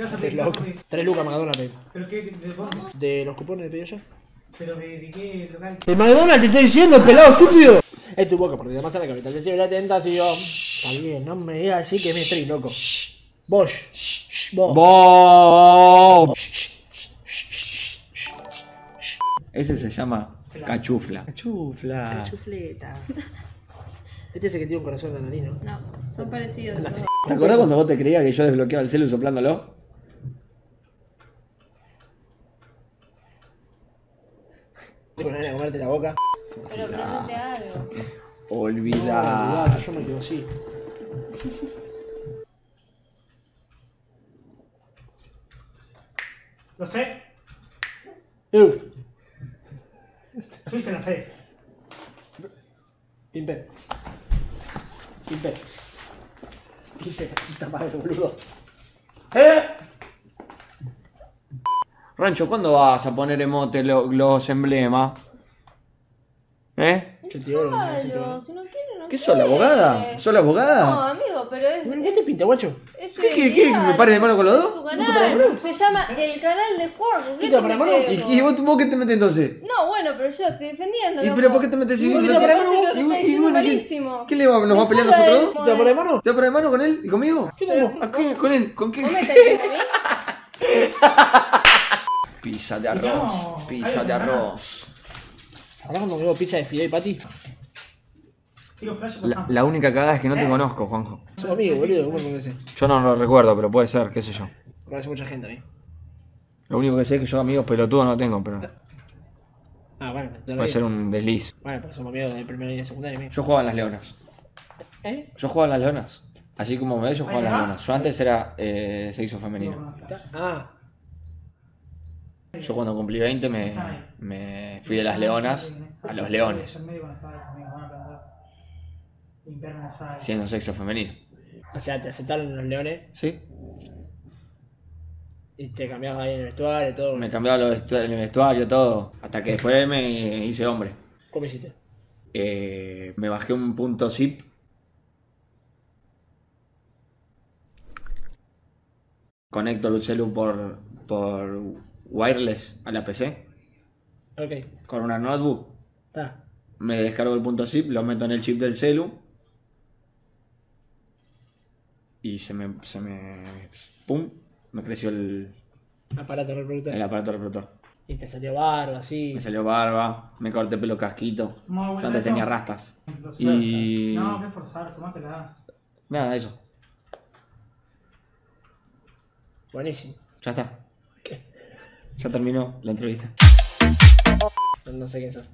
¿Qué vas a Es pedir? loco. 3 lucas McDonald's pedí. ¿Pero qué? ¿De dónde? De los cupones le pedí yo. ¿Pero de qué local? ¡El McDonald's te estoy diciendo, el pelado estúpido! Es tu boca, porque además a la capital del cielo la tentación. Está bien, no me digas así que me estoy loco. Vos. ¡Bom! Ese se llama cachufla. Cachufla. Chufleta. Este es el que tiene un corazón en la nariz, ¿no? No, son parecidos. ¿Te acordás cuando vos te creías que yo desbloqueaba el celu soplándolo? Tengo ganas de comerte la boca. Pero presente algo. Olvidá. Yo me quedo así. Lo sé. Yo hice la sé. Pimpe. Puta madre, boludo. Rancho, ¿cuándo vas a poner emote los emblemas? ¿Eh? Que el tío Claro, si no quiere, no ¿Qué quiere. sos la abogada? ¿Sos la No, abogada? amigo, pero es... ¿Qué te pinta, guacho? Es ¿Qué querés que me pare de mano con los dos? Su canal. Se llama El Canal de Juanjo. ¿Qué ¿Qué, te para mano? metes, ¿Y vos qué te metes entonces? No, bueno, pero yo estoy defendiendo. ¿Y pero por qué te metes Porque no me te- parece que lo que está diciendo es ¿qué, malísimo. ¿qué le va, nos va a pelear Mejor nosotros es- dos? ¿Te va a poner mano? ¿Te va a poner de mano con él y conmigo? ¿Qué tengo? ¿A qué? ¿Con él? ¿Con qué? ¿Vos me estás diciendo a mí? Pizza de arroz, pizza de arroz. Ahora cuando me digo pizza de fideo y pati. Tiro flash La única cagada es que no te conozco, Juanjo. Somos amigos, boludo. ¿Cómo lo conoces? Yo no lo recuerdo, pero puede ser, qué sé yo. Conoce mucha gente a mí. Lo único que sé es que yo amigos pelotudos no tengo, pero Ah, bueno. Ya lo puede vi. ser un desliz. Bueno, pero somos amigos del primer año de secundaria. amigo. Yo jugaba en las Leonas. ¿Eh? Yo jugaba en las Leonas. Así como me ves, yo jugaba en las Leonas. Yo antes era sexo femenino. Ah, Yo cuando cumplí 20 me fui de las Leonas a los Leones, siendo sexo femenino. o sea, te aceptaron los leones ¿Sí? y te cambiabas ahí en el vestuario y todo. Me cambiaba el vestuario, todo. Hasta que después me hice hombre. ¿Cómo hiciste? Me bajé un punto zip. Conecto el celu por wireless a la PC Ok, con una notebook. está. Me descargo el punto zip, lo meto en el chip del celu y ¡pum! Me creció el Aparato reproductor. aparato reproductor. Y te salió barba, así. Me salió barba, me corté pelo casquito. Muy bueno Yo antes esto. tenía rastas. Y No, qué forzar, tomátela. nada, eso. Buenísimo. Ya está. ¿Qué? Ya terminó la entrevista. No sé quién sos.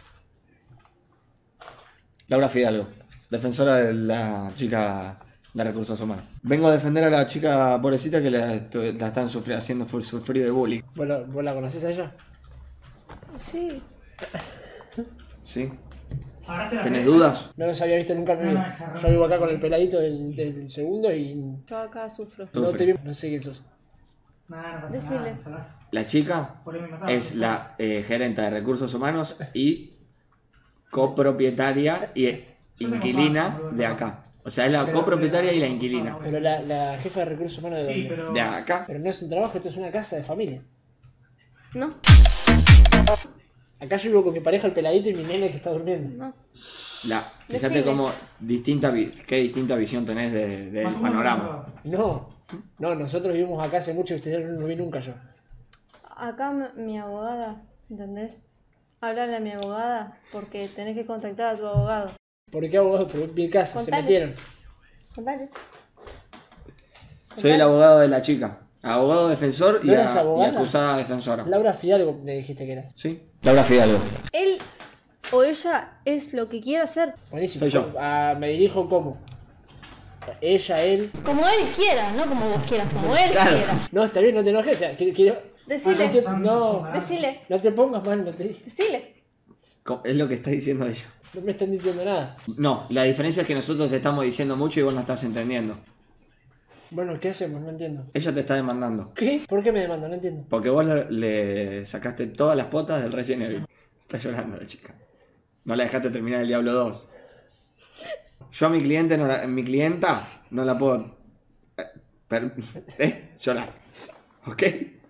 Laura Fidalgo, defensora de la chica de recursos humanos. Vengo a defender a la chica pobrecita que la están haciendo sufrir de bullying. ¿Vos la conocés a ella? Sí. ¿Sí? Agarraste la ¿Tenés red. dudas? No los había visto nunca en mi No, vida. no, esa Yo vivo acá con el peladito del segundo y Yo acá sufro. no Sufre. te vi. No sé quién sos. Nah, no pasa Decile. nada, salvaste. La chica Por ahí me mataba. es la gerente de recursos humanos y copropietaria y inquilina de acá. O sea, es la copropietaria y la inquilina. Pero la jefa de recursos humanos de Sí, dónde? pero. De acá. Pero no es un trabajo, esto es una casa de familia. No, Acá yo vivo con mi pareja, el peladito y mi nene que está durmiendo. no. Fíjate Decile. cómo qué distinta visión tenés del Más uno, panorama. No, nosotros vivimos acá hace mucho y ustedes no lo vi nunca yo. Acá mi abogada, ¿entendés? Háblale a mi abogada porque tenés que contactar a tu abogado. ¿Por qué abogado? Pero en mi casa, se Contale. metieron. Contale. Soy el abogado de la chica. Abogado defensor y, ¿No eres y abogada? acusada defensora. Laura Fidalgo me dijiste que era. ¿Sí? Laura Fidalgo. Él o ella es lo que quiera hacer. Buenísimo. Soy yo. Me dirijo como. Ella, él. Como él quiera, no como vos quieras, como él Claro. quiera. No, está bien, no te enojes. O sea, quiero. Decile, No, decile, no te pongas mal, no te decile. Es lo que está diciendo ella. no me están diciendo nada. No, la diferencia es que nosotros te estamos diciendo mucho y vos no estás entendiendo. Bueno, ¿qué hacemos? No entiendo. Ella te está demandando. ¿Qué? ¿Por qué me demandan? No entiendo. Porque vos le sacaste todas las potas del Resident Evil. Está llorando la chica. No la dejaste terminar el Diablo 2. Yo a mi cliente, mi clienta, no la puedo Llorar. ¿Ok?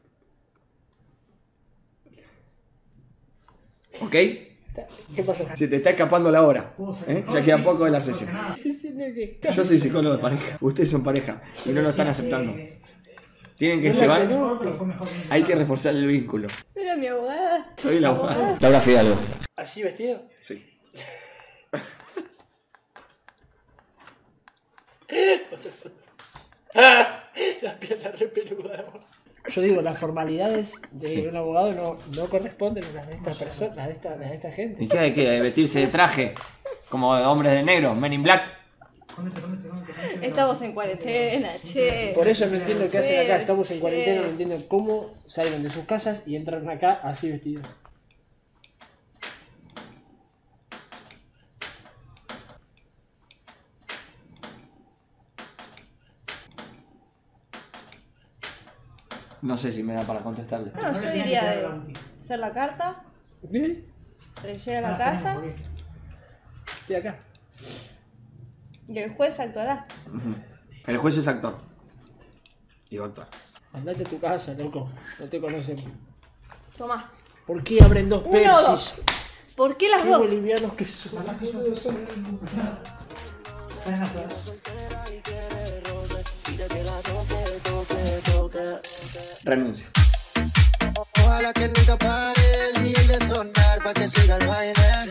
¿Ok? ¿Qué pasó? Se te está escapando la hora. Ya queda poco de la sesión. Yo soy psicólogo de pareja. Ustedes son pareja y no lo están aceptando. Tienen que llevar. Pero fue mejor que Hay que reforzar el vínculo. Mira mi abogada. Soy la abogada. Laura Fidalgo. ¿Así vestido? Sí. Las piernas re peludas. Yo digo, las formalidades de Sí. un abogado no corresponden a las de estas personas, las de esta gente. ¿Y qué hay que vestirse de traje? Como de hombres de negro, Men in Black. Estamos en cuarentena, che. Por eso no entiendo qué hacen acá. Estamos en cuarentena, no entiendo cómo salen de sus casas y entran acá así vestidos. No sé si me da para contestarle. No, yo diría de hacer la carta, ¿Qué? que llegue a la casa Estoy acá. y el juez actuará. El juez es actor. Y va a actuar. Andate a tu casa, loco. No te conocen. Tomá. ¿Por qué abren dos Uno o Pepsis? dos. ¿Por qué las Qué dos? bolivianos que son. Renuncio. Ojalá que nunca pare el día de sonar pa' que siga el baile.